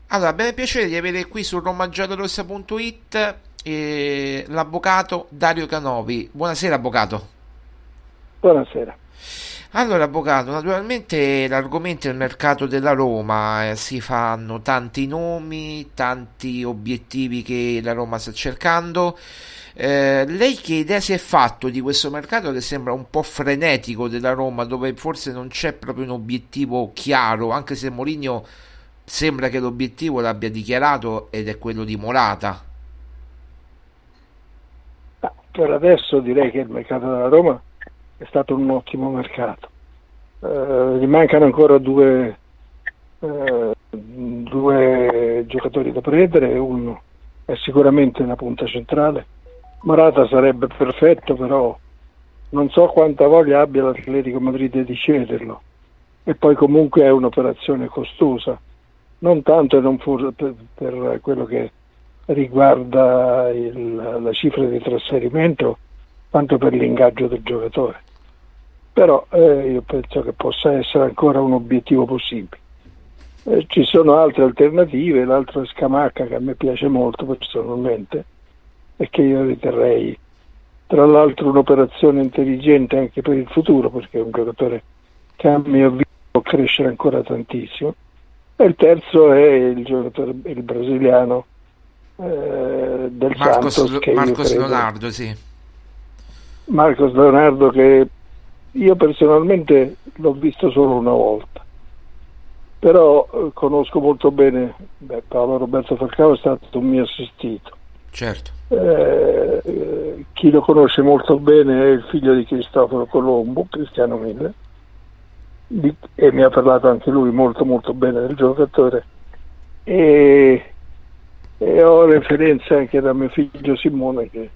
Allora, abbiamo il piacere di avere qui su romagiallorossa.it l'avvocato Dario Canovi. Buonasera, avvocato. Buonasera. Allora, avvocato, naturalmente l'argomento è il mercato della Roma, si fanno tanti nomi, tanti obiettivi che la Roma sta cercando. Lei che idea si è fatto di questo mercato che sembra un po' frenetico della Roma, dove forse non c'è proprio un obiettivo chiaro, anche se Mourinho sembra che l'obiettivo l'abbia dichiarato ed è quello di Morata. Per adesso direi che il mercato della Roma è stato un ottimo mercato. Gli mancano ancora due giocatori da prendere, uno è sicuramente una punta centrale. Morata sarebbe perfetto, però non so quanta voglia abbia l'Atletico Madrid di cederlo, e poi comunque è un'operazione costosa, non tanto e non per quello che riguarda la cifra di trasferimento, quanto per l'ingaggio del giocatore. Però io penso che possa essere ancora un obiettivo possibile. Ci sono altre alternative, l'altro è Scamacca, che a me piace molto personalmente e che io riterrei tra l'altro un'operazione intelligente anche per il futuro, perché è un giocatore che a mio avviso può crescere ancora tantissimo. E il terzo è il brasiliano del Santos, che Marcos Leonardo, sì. Marcos Leonardo, che io personalmente l'ho visto solo una volta, però conosco molto bene. Paolo Roberto Falcao è stato un mio assistito. Certo. Chi lo conosce molto bene è il figlio di Cristoforo Colombo, Cristiano Mille, e mi ha parlato anche lui molto molto bene del giocatore, e ho referenze anche da mio figlio Simone, che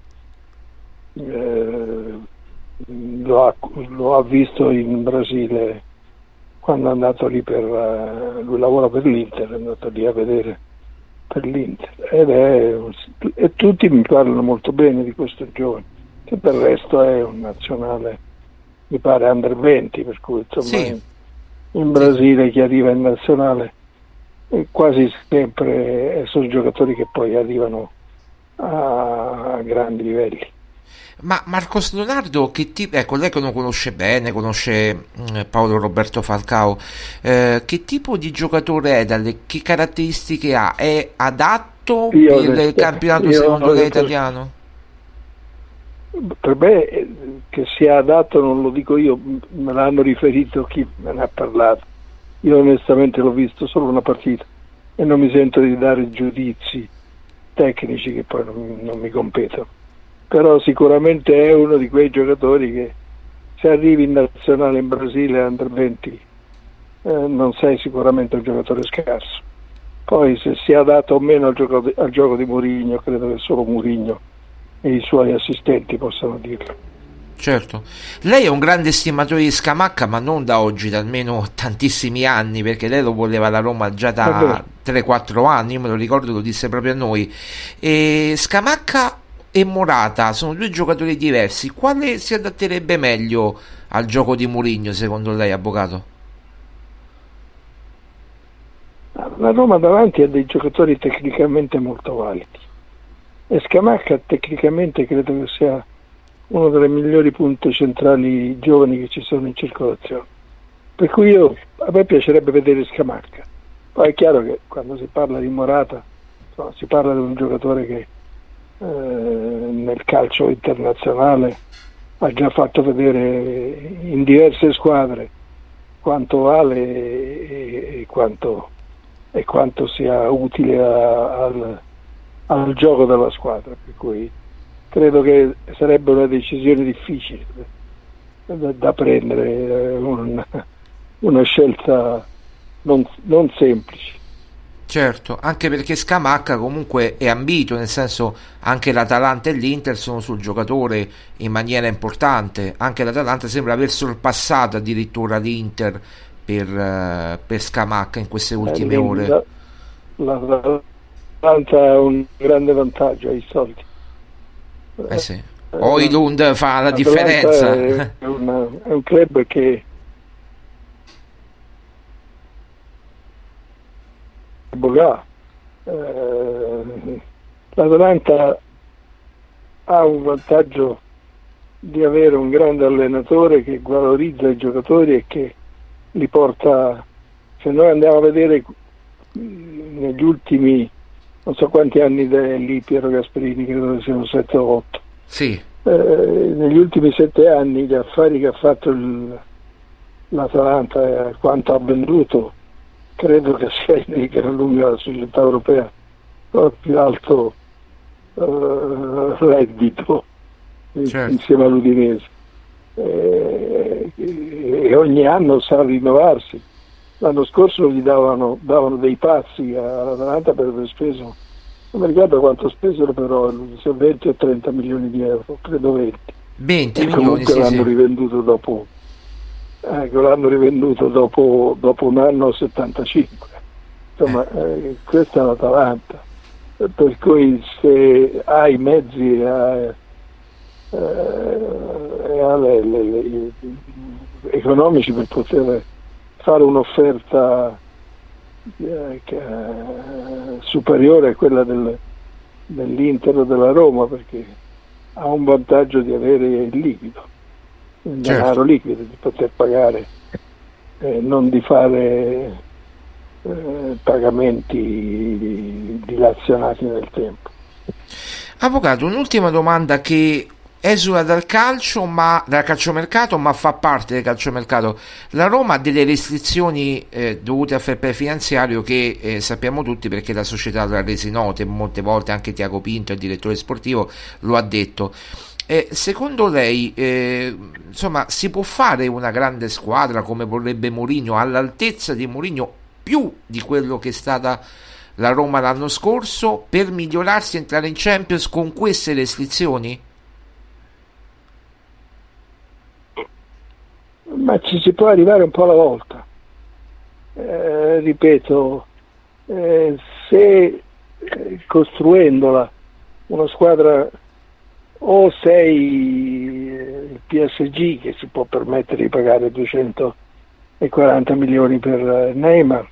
lo ha visto in Brasile quando è andato lì lui lavora per l'Inter, è andato lì a vedere per l'Inter, e tutti mi parlano molto bene di questo giovane, che per il resto è un nazionale, mi pare under 20, per cui insomma Sì. in Brasile chi arriva in nazionale quasi sempre sono giocatori che poi arrivano a grandi livelli. Ma Marcos Leonardo, che tipo, ecco, lei che lo conosce bene, conosce Paolo Roberto Falcao, che tipo di giocatore è, che caratteristiche ha? È adatto per il campionato secondo lei italiano? Per me che sia adatto non lo dico io, me l'hanno riferito chi me ne ha parlato. Io onestamente l'ho visto solo una partita e non mi sento di dare giudizi tecnici che poi non mi competono. Però sicuramente è uno di quei giocatori che, se arrivi in nazionale in Brasile under 20, non sei sicuramente un giocatore scarso. Poi se sia adatto o meno al gioco di Mourinho, credo che solo Mourinho e i suoi assistenti possano dirlo. Certo, lei è un grande estimatore di Scamacca, ma non da oggi, da almeno tantissimi anni, perché lei lo voleva la Roma già da 3-4 anni, io me lo ricordo, lo disse proprio a noi. E Scamacca e Morata sono due giocatori diversi, quale si adatterebbe meglio al gioco di Mourinho secondo lei, avvocato? La Roma davanti ha dei giocatori tecnicamente molto validi, e Scamacca tecnicamente credo che sia uno delle migliori punte centrali giovani che ci sono in circolazione, per cui a me piacerebbe vedere Scamacca. Poi è chiaro che quando si parla di Morata, insomma, si parla di un giocatore che nel calcio internazionale ha già fatto vedere in diverse squadre quanto vale e quanto sia utile al gioco della squadra, per cui credo che sarebbe una decisione difficile da prendere, una scelta non semplice. Certo, anche perché Scamacca comunque è ambito, nel senso anche l'Atalanta e l'Inter sono sul giocatore in maniera importante, anche l'Atalanta sembra aver sorpassato addirittura l'Inter per Scamacca in queste ultime ore. L'Atalanta ha un grande vantaggio, ai soldi. Sì. Højlund fa la differenza. È un club che L'Atalanta ha un vantaggio di avere un grande allenatore che valorizza i giocatori e che li porta. Se noi andiamo a vedere negli ultimi non so quanti anni lì Piero Gasperini, credo che siano 7 o 8. Sì. Negli ultimi 7 anni gli affari che ha fatto l'Atalanta e quanto ha venduto, credo che sia lì che lunga la società europea il più alto reddito, certo, insieme all'Udinese, e ogni anno sa rinnovarsi. L'anno scorso gli davano dei pazzi all'Atalanta per aver speso, non mi ricordo quanto spesero, però 20 o 30 milioni di euro, credo 20 milioni, comunque l'hanno rivenduto dopo dopo un anno 75. Insomma, questa è l'Atalanta, per cui se ha i mezzi economici per poter fare un'offerta superiore a quella dell'Inter o della Roma, perché ha un vantaggio di avere il liquido, il denaro liquido, di poter pagare, non di fare pagamenti dilazionati nel tempo. Avvocato, un'ultima domanda che esula dal calciomercato, ma fa parte del calciomercato. La Roma ha delle restrizioni dovute al fair play finanziario che sappiamo tutti, perché la società l'ha resi note molte volte, anche Tiago Pinto, il direttore sportivo, lo ha detto. Secondo lei insomma, si può fare una grande squadra come vorrebbe Mourinho, all'altezza di Mourinho, più di quello che è stata la Roma l'anno scorso, per migliorarsi e entrare in Champions con queste restrizioni? Ma ci si può arrivare un po' alla volta. Ripeto, se costruendola una squadra, o sei il PSG che si può permettere di pagare 240 milioni per Neymar,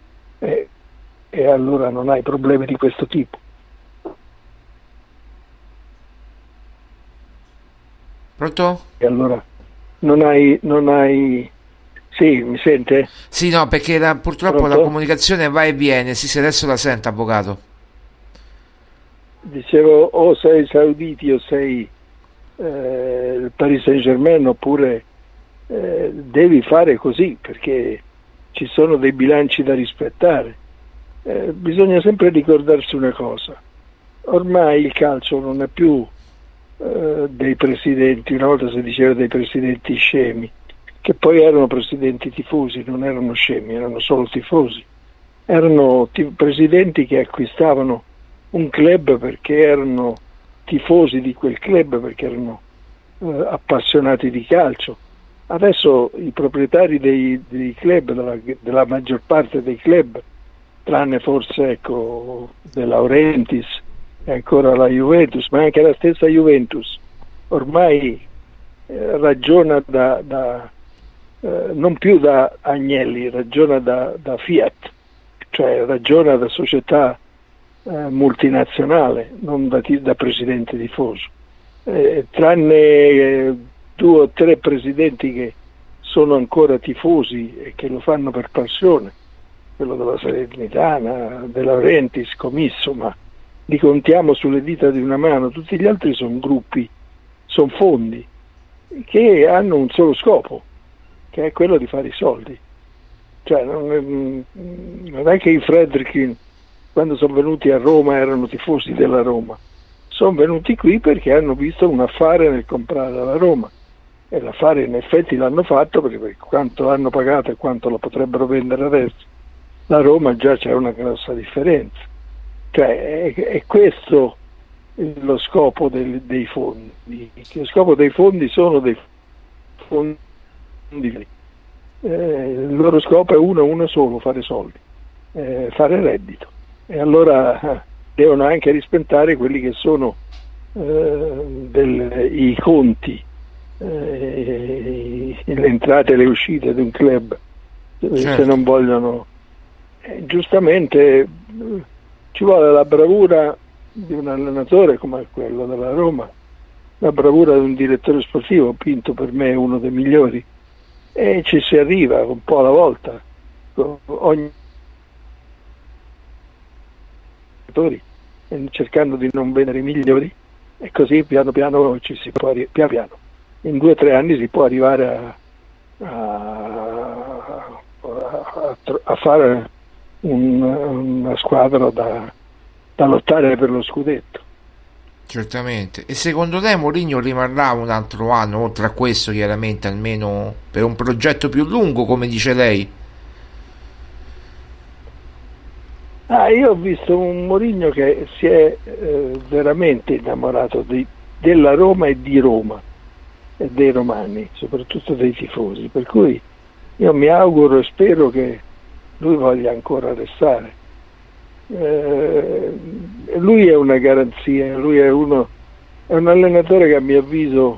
e allora non hai problemi di questo tipo. Pronto? E allora non hai sì, mi sente? Sì, no, perché purtroppo Pronto? La comunicazione va e viene. Sì, se adesso la sento, avvocato. Dicevo, o sei Sauditi o sei il Paris Saint-Germain, oppure devi fare così, perché ci sono dei bilanci da rispettare. Bisogna sempre ricordarsi una cosa: ormai il calcio non è più dei presidenti, una volta si diceva dei presidenti scemi, che poi erano presidenti tifosi, non erano scemi, erano solo tifosi, erano presidenti che acquistavano un club perché erano tifosi di quel club, perché erano appassionati di calcio. Adesso i proprietari dei club, della maggior parte dei club, tranne forse De Laurentiis e ancora la Juventus, ma anche la stessa Juventus ormai ragiona non più da Agnelli, ragiona da Fiat, cioè ragiona da società multinazionale, non da presidente tifoso. Tranne 2 o 3 presidenti che sono ancora tifosi e che lo fanno per passione, quello della Salernitana, De Laurentiis, Commisso, ma li contiamo sulle dita di una mano. Tutti gli altri sono gruppi, sono fondi che hanno un solo scopo, che è quello di fare i soldi. Cioè non è che i Friedrich, quando sono venuti a Roma, erano tifosi della Roma. Sono venuti qui perché hanno visto un affare nel comprare la Roma, e l'affare in effetti l'hanno fatto, perché quanto hanno pagato e quanto lo potrebbero vendere adesso, la Roma già c'è una grossa differenza. Cioè è questo lo scopo dei fondi. Lo scopo dei fondi sono dei fondi, il loro scopo è uno solo: fare soldi, fare reddito, e allora devono anche rispettare quelli che sono i conti, le entrate e le uscite di un club. Certo. Se non vogliono, giustamente ci vuole la bravura di un allenatore come quello della Roma, la bravura di un direttore sportivo. Pinto per me è uno dei migliori, e ci si arriva un po' alla volta, ogni cercando di non vendere i migliori, e così piano piano ci si può piano piano in 2 o 3 anni si può arrivare a fare una squadra da lottare per lo scudetto. Certamente. E secondo lei Mourinho rimarrà un altro anno, oltre a questo chiaramente, almeno per un progetto più lungo, come dice lei? Io ho visto un Mourinho che si è veramente innamorato della Roma e di Roma e dei romani, soprattutto dei tifosi, per cui io mi auguro e spero che lui voglia ancora restare. Lui è una garanzia, lui è un allenatore che a mio avviso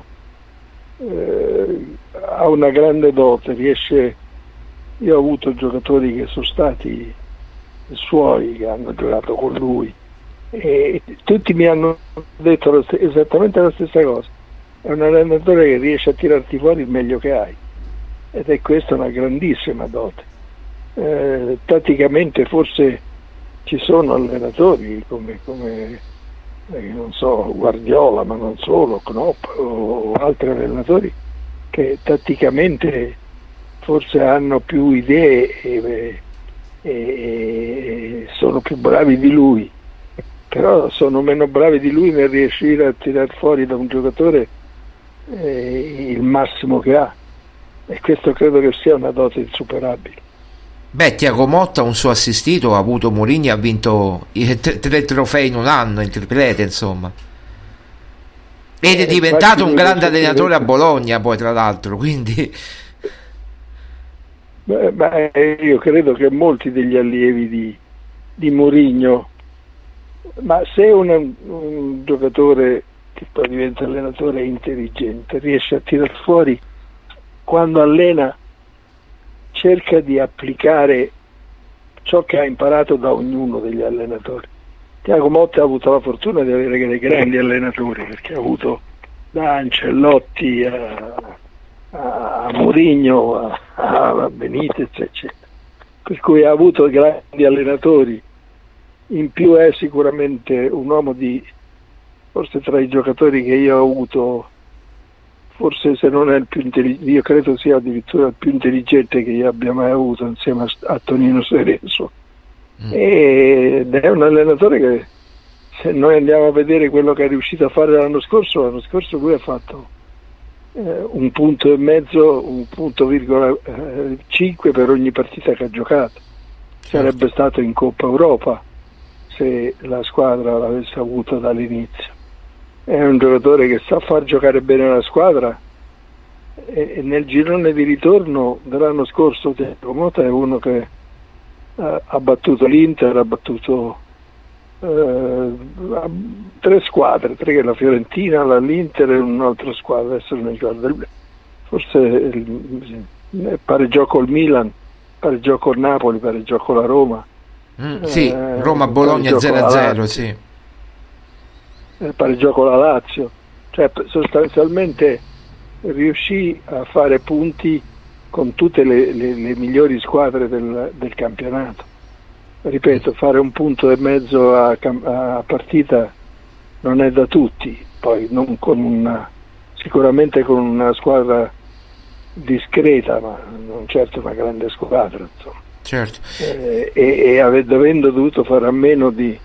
ha una grande dote, io ho avuto giocatori che sono stati suoi, che hanno giocato con lui, e tutti mi hanno detto esattamente la stessa cosa: è un allenatore che riesce a tirarti fuori il meglio che hai, ed è questa una grandissima dote. Tatticamente forse ci sono allenatori come non so, Guardiola, ma non solo, Klopp o altri allenatori che tatticamente forse hanno più idee e sono più bravi di lui, però sono meno bravi di lui nel riuscire a tirar fuori da un giocatore il massimo che ha, e questo credo che sia una dote insuperabile. Beh, Thiago Motta, un suo assistito, ha avuto Mourinho, ha vinto 3 trofei in un anno, il triplete, insomma, ed è diventato un grande allenatore a Bologna poi, tra l'altro, quindi io credo che molti degli allievi di Mourinho, ma se un giocatore che poi diventa allenatore è intelligente, riesce a tirar fuori, quando allena cerca di applicare ciò che ha imparato da ognuno degli allenatori. Thiago Motta ha avuto la fortuna di avere dei grandi allenatori, perché ha avuto da Ancelotti a Mourinho a Benitez, eccetera, per cui ha avuto grandi allenatori. In più è sicuramente un uomo forse tra i giocatori che io ho avuto, forse se non è il più intelligente, io credo sia addirittura il più intelligente che io abbia mai avuto, insieme a Tonino Cerezo. Ed è un allenatore che, se noi andiamo a vedere quello che è riuscito a fare l'anno scorso lui ha fatto 1,5 punti, 1,5 per ogni partita che ha giocato. Sarebbe stato in Coppa Europa se la squadra l'avesse avuto dall'inizio. È un giocatore che sa far giocare bene la squadra, e nel girone di ritorno dell'anno scorso Thiago Motta è uno che ha battuto l'Inter, ha battuto 3 squadre, 3 che la Fiorentina, l'Inter e un'altra squadra, adesso non ricordo, forse pareggiò col Milan, pareggiò col Napoli, pareggiò con la Roma. Sì, Roma-Bologna 0-0, sì. Pareggiò con la Lazio, cioè sostanzialmente riuscì a fare punti con tutte le migliori squadre del campionato. Ripeto, fare 1,5 punti a partita non è da tutti, poi non sicuramente con una squadra discreta, ma non certo una grande squadra, insomma. Certo. Dovendo dovuto fare a meno di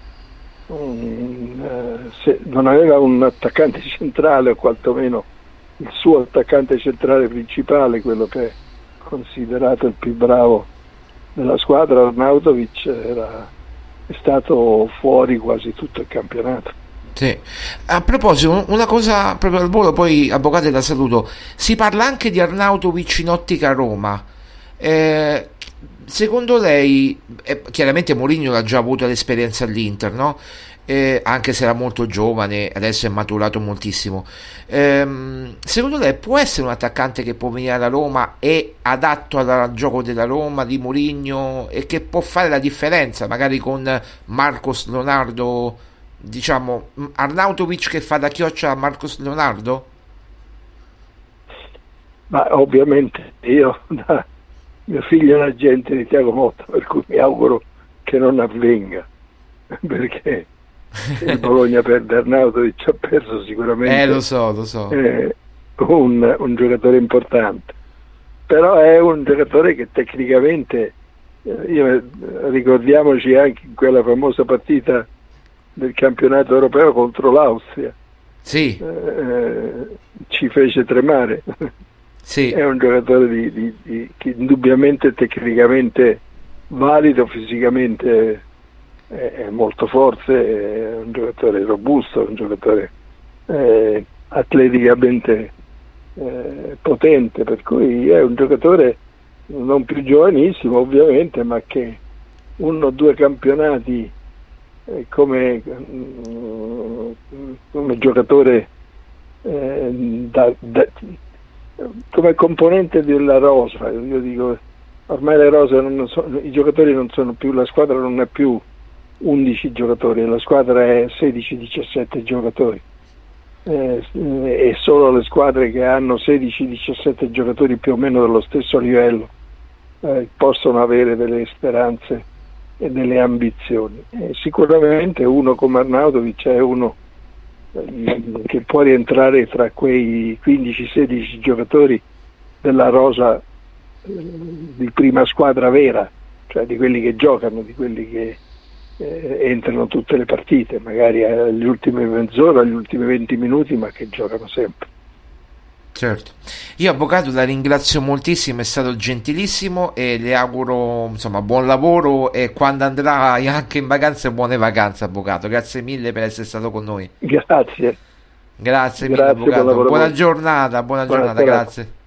non aveva un attaccante centrale, o qualtomeno il suo attaccante centrale principale, quello che è considerato il più bravo della squadra, Arnautovic, è stato fuori quasi tutto il campionato. Sì. A proposito, una cosa proprio al volo, poi avvocato la saluto, si parla anche di Arnautovic in ottica Roma. Secondo lei, chiaramente Mourinho ha già avuto l'esperienza all'Inter, no? anche se era molto giovane, adesso è maturato moltissimo. Secondo lei può essere un attaccante che può venire alla Roma, è adatto al gioco della Roma di Mourinho e che può fare la differenza magari con Marcos Leonardo, diciamo Arnautovic che fa da chioccia a Marcos Leonardo? Ma ovviamente mio figlio è un agente di Thiago Motta, per cui mi auguro che non avvenga, perché il Bologna perde Arnautovic, ha perso sicuramente Lo so. un giocatore importante, però è un giocatore che tecnicamente, ricordiamoci anche in quella famosa partita del campionato europeo contro l'Austria, sì. Ci fece tremare. Sì. È un giocatore che indubbiamente è tecnicamente valido, fisicamente è molto forte, è un giocatore robusto, un giocatore atleticamente potente, per cui è un giocatore non più giovanissimo ovviamente, ma che uno o due campionati come giocatore come componente della rosa. Io dico, ormai le rose i giocatori non sono più, la squadra non è più 11 giocatori, la squadra è 16-17 giocatori, e solo le squadre che hanno 16-17 giocatori più o meno dello stesso livello possono avere delle speranze e delle ambizioni. Sicuramente uno come Arnautovic è uno che può rientrare tra quei 15-16 giocatori della rosa di prima squadra vera, cioè di quelli che giocano, di quelli che entrano tutte le partite, magari agli ultimi mezz'ora, agli ultimi 20 minuti, ma che giocano sempre. Certo, io avvocato la ringrazio moltissimo, è stato gentilissimo e le auguro insomma buon lavoro, e quando andrà anche in vacanza buone vacanze, avvocato. Grazie mille per essere stato con noi. Grazie Mille, avvocato. Buona giornata, grazie.